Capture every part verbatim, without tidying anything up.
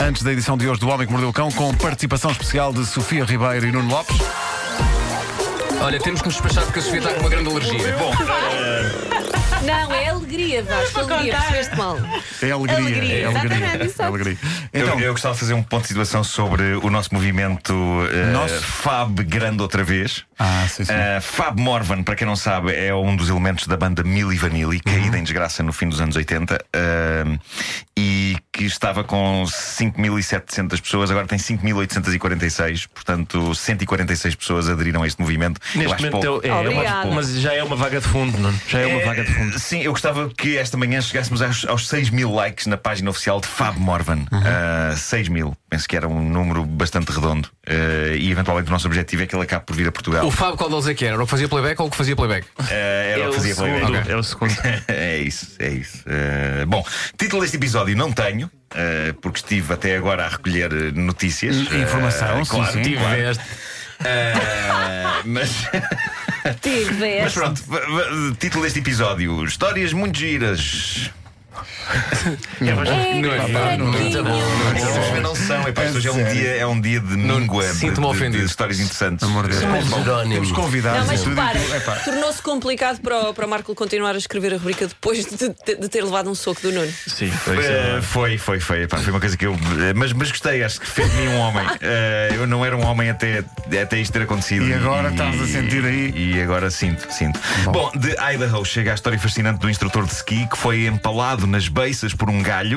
antes da edição de hoje do Homem que Mordeu o Cão, com participação especial de Sofia Ribeiro e Nuno Lopes. Olha, temos que nos despachar porque a Sofia está com uma grande alergia. Bom, uh... Não, é alegria, Vasco. Alegria, percebeste mal. É alegria, Alegria, é alegria. exatamente, É alegria. Então, Então, eu, eu gostava de fazer um ponto de situação sobre o nosso movimento uh, Nosso? Fab Grande outra vez. Ah, sim, sim. Uh, Fab Morvan, para quem não sabe, é um dos elementos da banda Milli Vanilli, caída em desgraça no fim dos anos oitenta, uh, e que estava com cinco mil e setecentas pessoas, agora tem cinco mil oitocentos e quarenta e seis, portanto cento e quarenta e seis pessoas aderiram a este movimento. Eu Neste acho momento pouco. é, é Obrigada. uma, mas já é uma vaga de fundo, não? Já é uma É, vaga de fundo. Sim, eu gostava que esta manhã chegássemos aos, aos seis mil likes na página oficial de Fab Morvan. Uh, seis mil, penso que era um número bastante redondo. Uh, e eventualmente o nosso objetivo é que ele acabe por vir a Portugal. O Fábio, qual deles é que era? Era o que fazia playback ou o que fazia playback? Uh, era É o que o fazia segundo, playback. é o segundo. É isso, é isso. Uh, bom, título deste episódio não tenho, uh, porque estive até agora a recolher uh, notícias. Informação, uh, sim, claro, sim. claro. Tiveste. Uh, mas, mas Tiveste. pronto, v- v- título deste episódio: Histórias muito giras. É, Não é, não, fraquinho. Mas não são, epá, isto hoje é um dia, é um dia de míngua de, sinto-me de- de ofendido. histórias interessantes. amor de Deus. Temos convidados. Não, mas e tudo, repara, e tudo. Epá, tornou-se complicado para o, para o Marco continuar a escrever a rubrica depois de, de- de ter levado um soco do Nuno. Sim, foi isso. Eh, foi, foi, foi, epá, foi uma coisa que eu. eh, Mas, mas gostei, acho que fez de mim um homem. Eh, eu não era um homem até, até isto ter acontecido. E agora estás a sentir aí? E agora sinto, sinto. Bom, de Idaho chega a história fascinante do instrutor de ski que foi empalado nas beiças por um galho.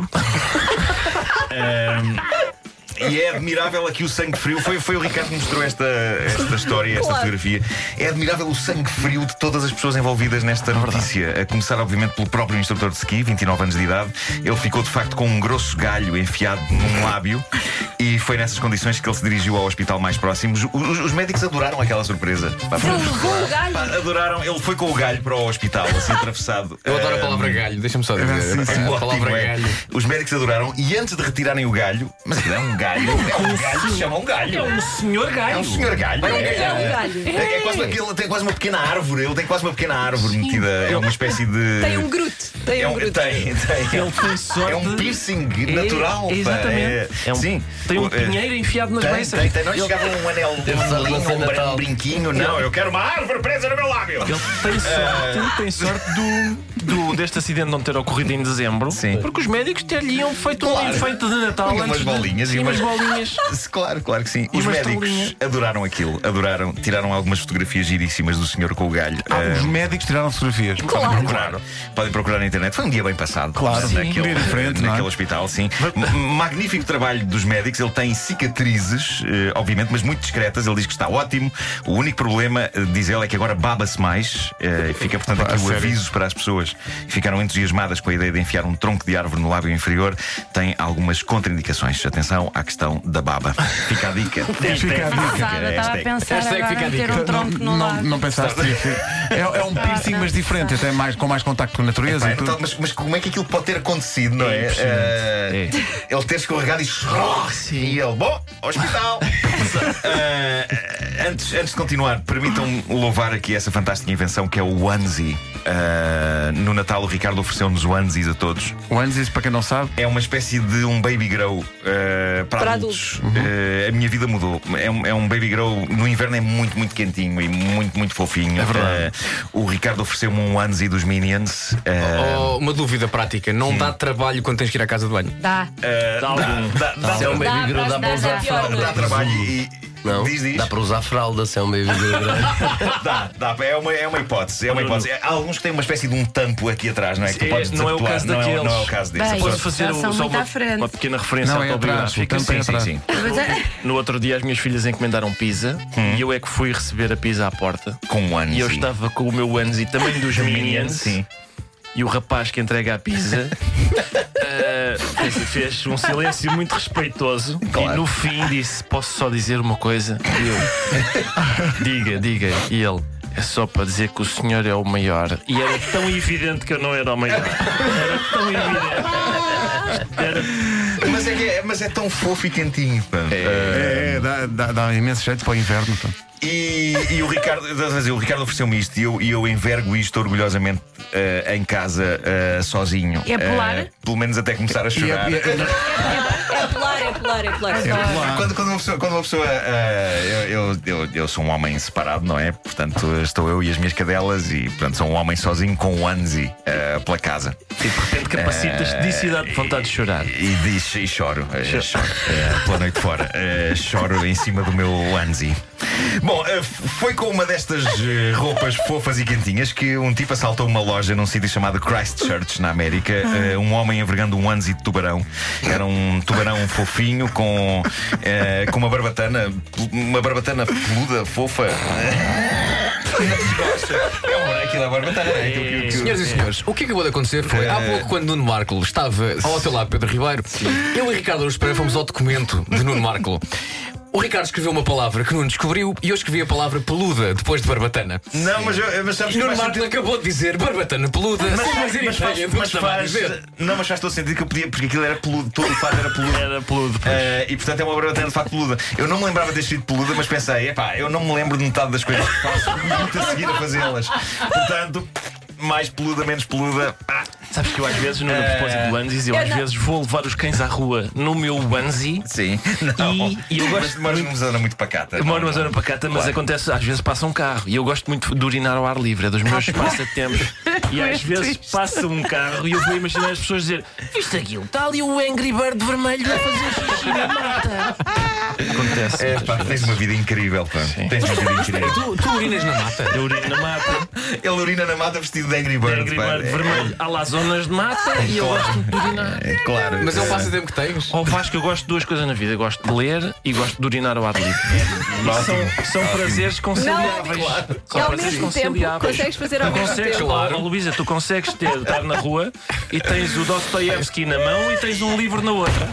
Ehm, E é admirável aqui o sangue frio. Foi, foi o Ricardo que mostrou esta, esta história, esta Claro. fotografia. É admirável o sangue frio de todas as pessoas envolvidas nesta notícia. A começar, obviamente, pelo próprio instrutor de ski, vinte e nove anos de idade. Ele ficou, de facto, com um grosso galho enfiado num lábio. E foi nessas condições que ele se dirigiu ao hospital mais próximo. Os, os- os médicos adoraram aquela surpresa. Pá, Ele levou o galho. pá, adoraram. Ele foi com o galho para o hospital, assim atravessado. Eu adoro a Ah, palavra galho, deixa-me só dizer. sim, sim. A Ótimo, palavra é. galho. Os médicos adoraram e antes de retirarem o galho, mas aquilo é um galho, é um galho, se chama um galho. É um senhor galho. É um senhor galho. É um é, galho. é, é quase, aquele tem quase uma pequena árvore. Ele tem quase uma pequena árvore metida. É uma espécie de. Tem um grute. Tem É um um, grute. tem, tem. Ele tem sorte. É um piercing natural. pá. Exatamente. É, É um- sim. Tem um É, pinheiro enfiado nas Tem, beiças. tem, tem. Não lhe chegava um anel, um anelinho, um, brin- um brinquinho. Não, eu quero uma árvore presa no meu lábio. Ele tem sorte, tem sorte do, do- deste acidente não ter ocorrido em dezembro. Sim. Porque os médicos teriam feito um Claro. enfeite de Natal E umas antes de- bolinhas, e e umas umas- bolinhas. Claro, claro que sim. E Os uma médicos estrelinha. adoraram aquilo, adoraram. Tiraram algumas fotografias giríssimas do senhor com o galho. ah, Eh, os médicos tiraram fotografias. Podem procurar, podem procurar na internet. Foi um dia bem passado. Claro, sim. naquele, Um dia diferente, não é? naquele hospital, sim. M- Magnífico trabalho dos médicos. Ele tem cicatrizes, eh, obviamente, mas muito discretas. Ele diz que está ótimo. O único problema, eh, diz ele, é que agora baba-se mais. Eh, Fica, portanto, Ah, aqui o sério? aviso para as pessoas que ficaram entusiasmadas com a ideia de enfiar um tronco de árvore no lábio inferior. Tem algumas contraindicações. Atenção à questão da baba. Fica a dica. Fica a dica. Estava a Hashtag. pensar Hashtag agora fica a em ter dica. um tronco no Não, lado. não pensaste nisso? É, é um piercing, mas diferente, até mais, com mais contacto com a natureza Pá, e tudo. então, mas, mas como é que aquilo pode ter acontecido, não é? Eh, Ele ter escorregado e. E ele, bom, hospital! Eh, antes, antes de continuar, permitam-me louvar aqui essa fantástica invenção que é o onesie. Eh, no Natal, o Ricardo ofereceu-nos onesies a todos. O Anzis, para quem não sabe, É uma espécie de um baby grow eh, para, Para adultos. Eh, a minha vida mudou. É um, é um baby grow. No inverno é muito, muito quentinho e muito, muito fofinho. É verdade. Eh, o Ricardo ofereceu-me um onesie dos Minions. Eh, Oh, uma dúvida prática: não dá trabalho quando tens que ir à casa de banho? Dá. eh, Dá dá, algum. dá, dá, Se é um dá, baby grow, dá para usar dá, fralda. dá trabalho e. Não, Diz, diz. dá para usar fralda se é um baby grow grande. Dá, dá, é uma, é uma hipótese. É uma hipótese. Há alguns que têm uma espécie de um tampo aqui atrás, não é? Que tu É, podes não é o desatuar. caso não, é, daqueles. não é o caso desse. Bem, A pessoa- Posso fazer Já um- são só muito uma, à frente. uma pequena referência Não, é atrás, autobiográfica. o tampo é Sim, sim, atrás. sim. Mas é- No outro dia as minhas filhas encomendaram pizza e eu é que fui receber a pizza à porta. Com um ano. E eu estava com o meu onesie também dos Minions. Sim. E o rapaz que entrega a pizza eh, fez, fez um silêncio muito respeitoso. Claro. E no fim disse: Posso só dizer uma coisa? E eu: Diga, diga. E ele: É só para dizer que o senhor é o maior. E era tão evidente que eu não era o maior. Era tão evidente. Era... Mas é, que é, mas é tão fofo e quentinho. pá. é, dá, dá, dá imenso jeito para o inverno. Pá. E, e o Ricardo, estás a dizer, o Ricardo ofereceu-me isto e eu, e eu envergo isto orgulhosamente eh, em casa eh, sozinho. E a pular? Eh, pelo menos até começar a E chorar. é, e é- É pular, é polar, é polar. Quando, quando uma pessoa. Quando uma pessoa ah, eu, eu, eu, eu sou um homem separado, não é? Portanto, estou eu e as minhas cadelas e, portanto, sou um homem sozinho com um onesie ah, pela casa. E de repente capacitas-te disso e dá-te vontade de chorar. E, diz, e choro, eh, choro eh, pela noite fora. Eh, choro em cima do meu onesie. Bom, eh, foi com uma destas eh, roupas fofas e quentinhas que um tipo assaltou uma loja num sítio chamado Christchurch, na América. Eh, um homem envergando um onesie de tubarão. Era um tubarão fofinho com, eh, com uma barbatana, uma barbatana peluda, fofa. É um aquilo é barbatana. É aquilo que- que- Senhoras e senhores, o que acabou de acontecer foi há pouco, quando Nuno Marco estava ao teu lado, Pedro Ribeiro, eu e Ricardo Araújo Pereira fomos ao documento de Nuno Marco. O Ricardo escreveu uma palavra que Nuno descobriu e eu escrevi a palavra peluda depois de barbatana. Não, mas, eu- mas sabes E que Nuno faz Marco sentido- acabou de dizer barbatana peluda. Mas, Mas, mas, mas faz, ideia do que mas estava a faz- dizer. não, mas faz todo sentido que eu podia, porque aquilo era peludo, todo o fato era peludo. Era peludo, pois. Eh, e portanto é uma barbatana de facto peluda. Eu não me lembrava de ter escrito peluda, mas pensei, epá, eu não me lembro de metade das coisas que faço e muito a seguir a fazê-las. Portanto, mais peluda, menos peluda. Ah, Sabes que eu às vezes, no propósito do onesies, eu Eu às não- vezes vou levar os cães à rua no meu onesie. sim. Não. E- e eu gosto Mas moras numa zona muito pacata. Eu moro não, numa zona não. pacata, mas Claro. acontece, às vezes passa um carro e eu gosto muito de urinar ao ar livre, é dos meus passatempos. E às vezes passa um carro e eu vou imaginar as pessoas dizer: viste aquilo, está ali o Angry Bird vermelho a fazer xixi na mata. Acontece. É, muitas pá, tens vezes. uma vida incrível, pá. Tens uma vida incrível. Tu, tu urinas na mata? Eu urino na mata, Ele urina na mata vestido de Angry Bird. Angry pá. Bird vermelho, há lá zonas de mata e eu gosto muito de urinar. É claro. Mas é um passatempo que tens. Ou Vasco, eu gosto de duas coisas na vida: eu gosto de ler e gosto de urinar ao ar livre. E são, são prazeres conciliáveis. São E ao prazeres mesmo tempo conciliáveis. consegues fazer ao Tu mesmo consegues, tempo. oh, Luísa, tu consegues ter, estar na rua e tens o Dostoiévski na mão e tens um livro na outra.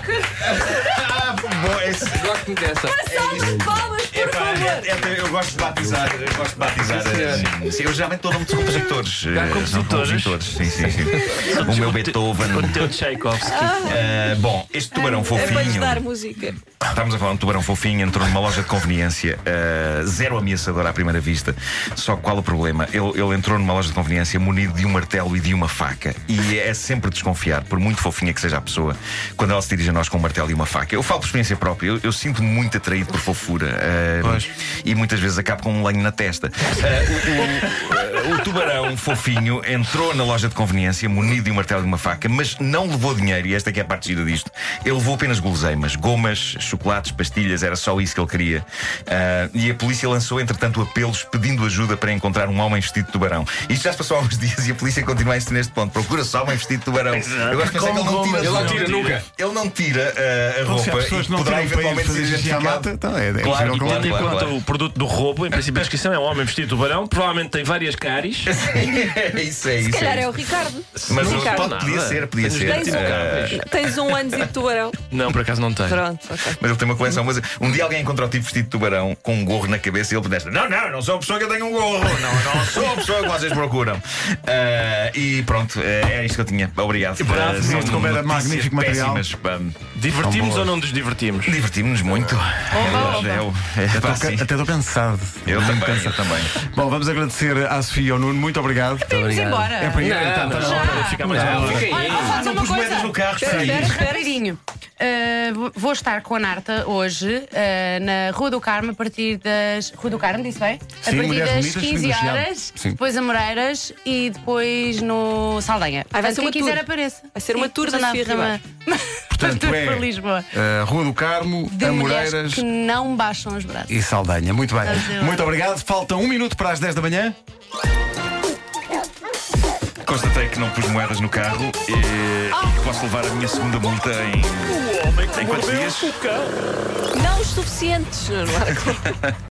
Ah, bom, esse- Gosto muito dessa. Salve de palmas, por Epá, favor. é- é- eu gosto de batizar, eu gosto de batizar. eh, sim, eu geralmente estou nome de compositores. eh, compositores? são compositores, sim, sim, sim. O meu O te- Beethoven. O teu Tchaikovsky. Eh, bom, este tubarão É para lhes fofinho. dar música. Estávamos a falar de um tubarão fofinho, entrou numa loja de conveniência, eh, zero ameaçador à primeira vista. Só que qual o problema? Ele, ele entrou numa loja de conveniência munido de um martelo e de uma faca. E é sempre desconfiar, por muito fofinha que seja a pessoa, quando ela se dirige a nós com um martelo e uma faca. Eu falo por experiência própria, eu, eu sinto-me muito atraído por fofura. eh, Pois. e muitas vezes acabo com um lenho na testa. Eh, o, o- o tubarão fofinho entrou na loja de conveniência munido de um martelo e uma faca, mas não levou dinheiro, e esta é que é a parte gira disto. Ele levou apenas guloseimas, gomas, chocolates, pastilhas, era só isso que ele queria. Ah, e a polícia lançou, entretanto, apelos pedindo ajuda para encontrar um homem vestido de tubarão. Isto já se passou há uns dias e a polícia continua a insistir neste ponto. Procura-se homem vestido de tubarão. Eu gosto de pensar que ele não tira, Ele não tira nunca. Ele não tira ah, a Então, se há roupa pessoas e que não poderá tiram para ir eventualmente ser fazer xixi à identificado. mata, então é, é Claro, possível E que tendo ele- em claro, conta claro. o produto do roubo, em princípio a descrição é um homem vestido de tubarão, provavelmente tem várias cáries. É isso, é isso. Se calhar é é o isso. Ricardo. Mas o- Ricardo. pode, podia Nada. ser, podia Tens ser. os Tens um, Ah, tens um onesie de tubarão. Não, por acaso não tem. Pronto, ok. Mas ele tem uma coleção. Mas um dia alguém encontrou o tipo vestido de tubarão com um gorro na cabeça e ele pudesse: Não, não, não sou a pessoa que eu tenho um gorro. Não, não sou a pessoa que vocês procuram. Ah, e pronto, é é isto que eu tinha. Obrigado. bravo, Ah, viste são como era notícias magnífico material. péssimas, pá. Divertimos São ou não nos divertimos? Divertimos-nos muito. oba. É, é, é, Até pá, estou sim. ca- Até estou cansado. Eu também, eu também. Bom, vamos agradecer à Sofia e ao Nuno. Muito obrigado. Vamos embora. É para ir, Não, então, não, tá não, bom. para ficar mais Não, uma hora. fica aí. Olha, vou fazer Não uma pus coisa. moedas no carro, Espera, espera aí. espera. Rapidinho. Uh, vou- vou estar com a Narta hoje uh, na Rua do Carmo a partir das. Rua do Carmo, disse bem? A Sim, partir Mulheres das Bonitas, quinze Segundo o Chiado. horas, Sim. depois a Moreiras e depois no Saldanha. Ah, vai Portanto, ser quem uma quiser tour. apareça. Vai ser uma Sim, tour da vamos andar Sofia para- Portanto, tour é para Lisboa. uh, Rua do Carmo, De a mulheres Moreiras que não baixam os braços. e Saldanha. Muito bem. Prazer. Muito obrigado. Falta um minuto para as dez da manhã. Constatei que não pus moedas no carro e, e que posso levar a minha segunda multa em. Em quantos dias? Não os suficientes, Nuno Marco.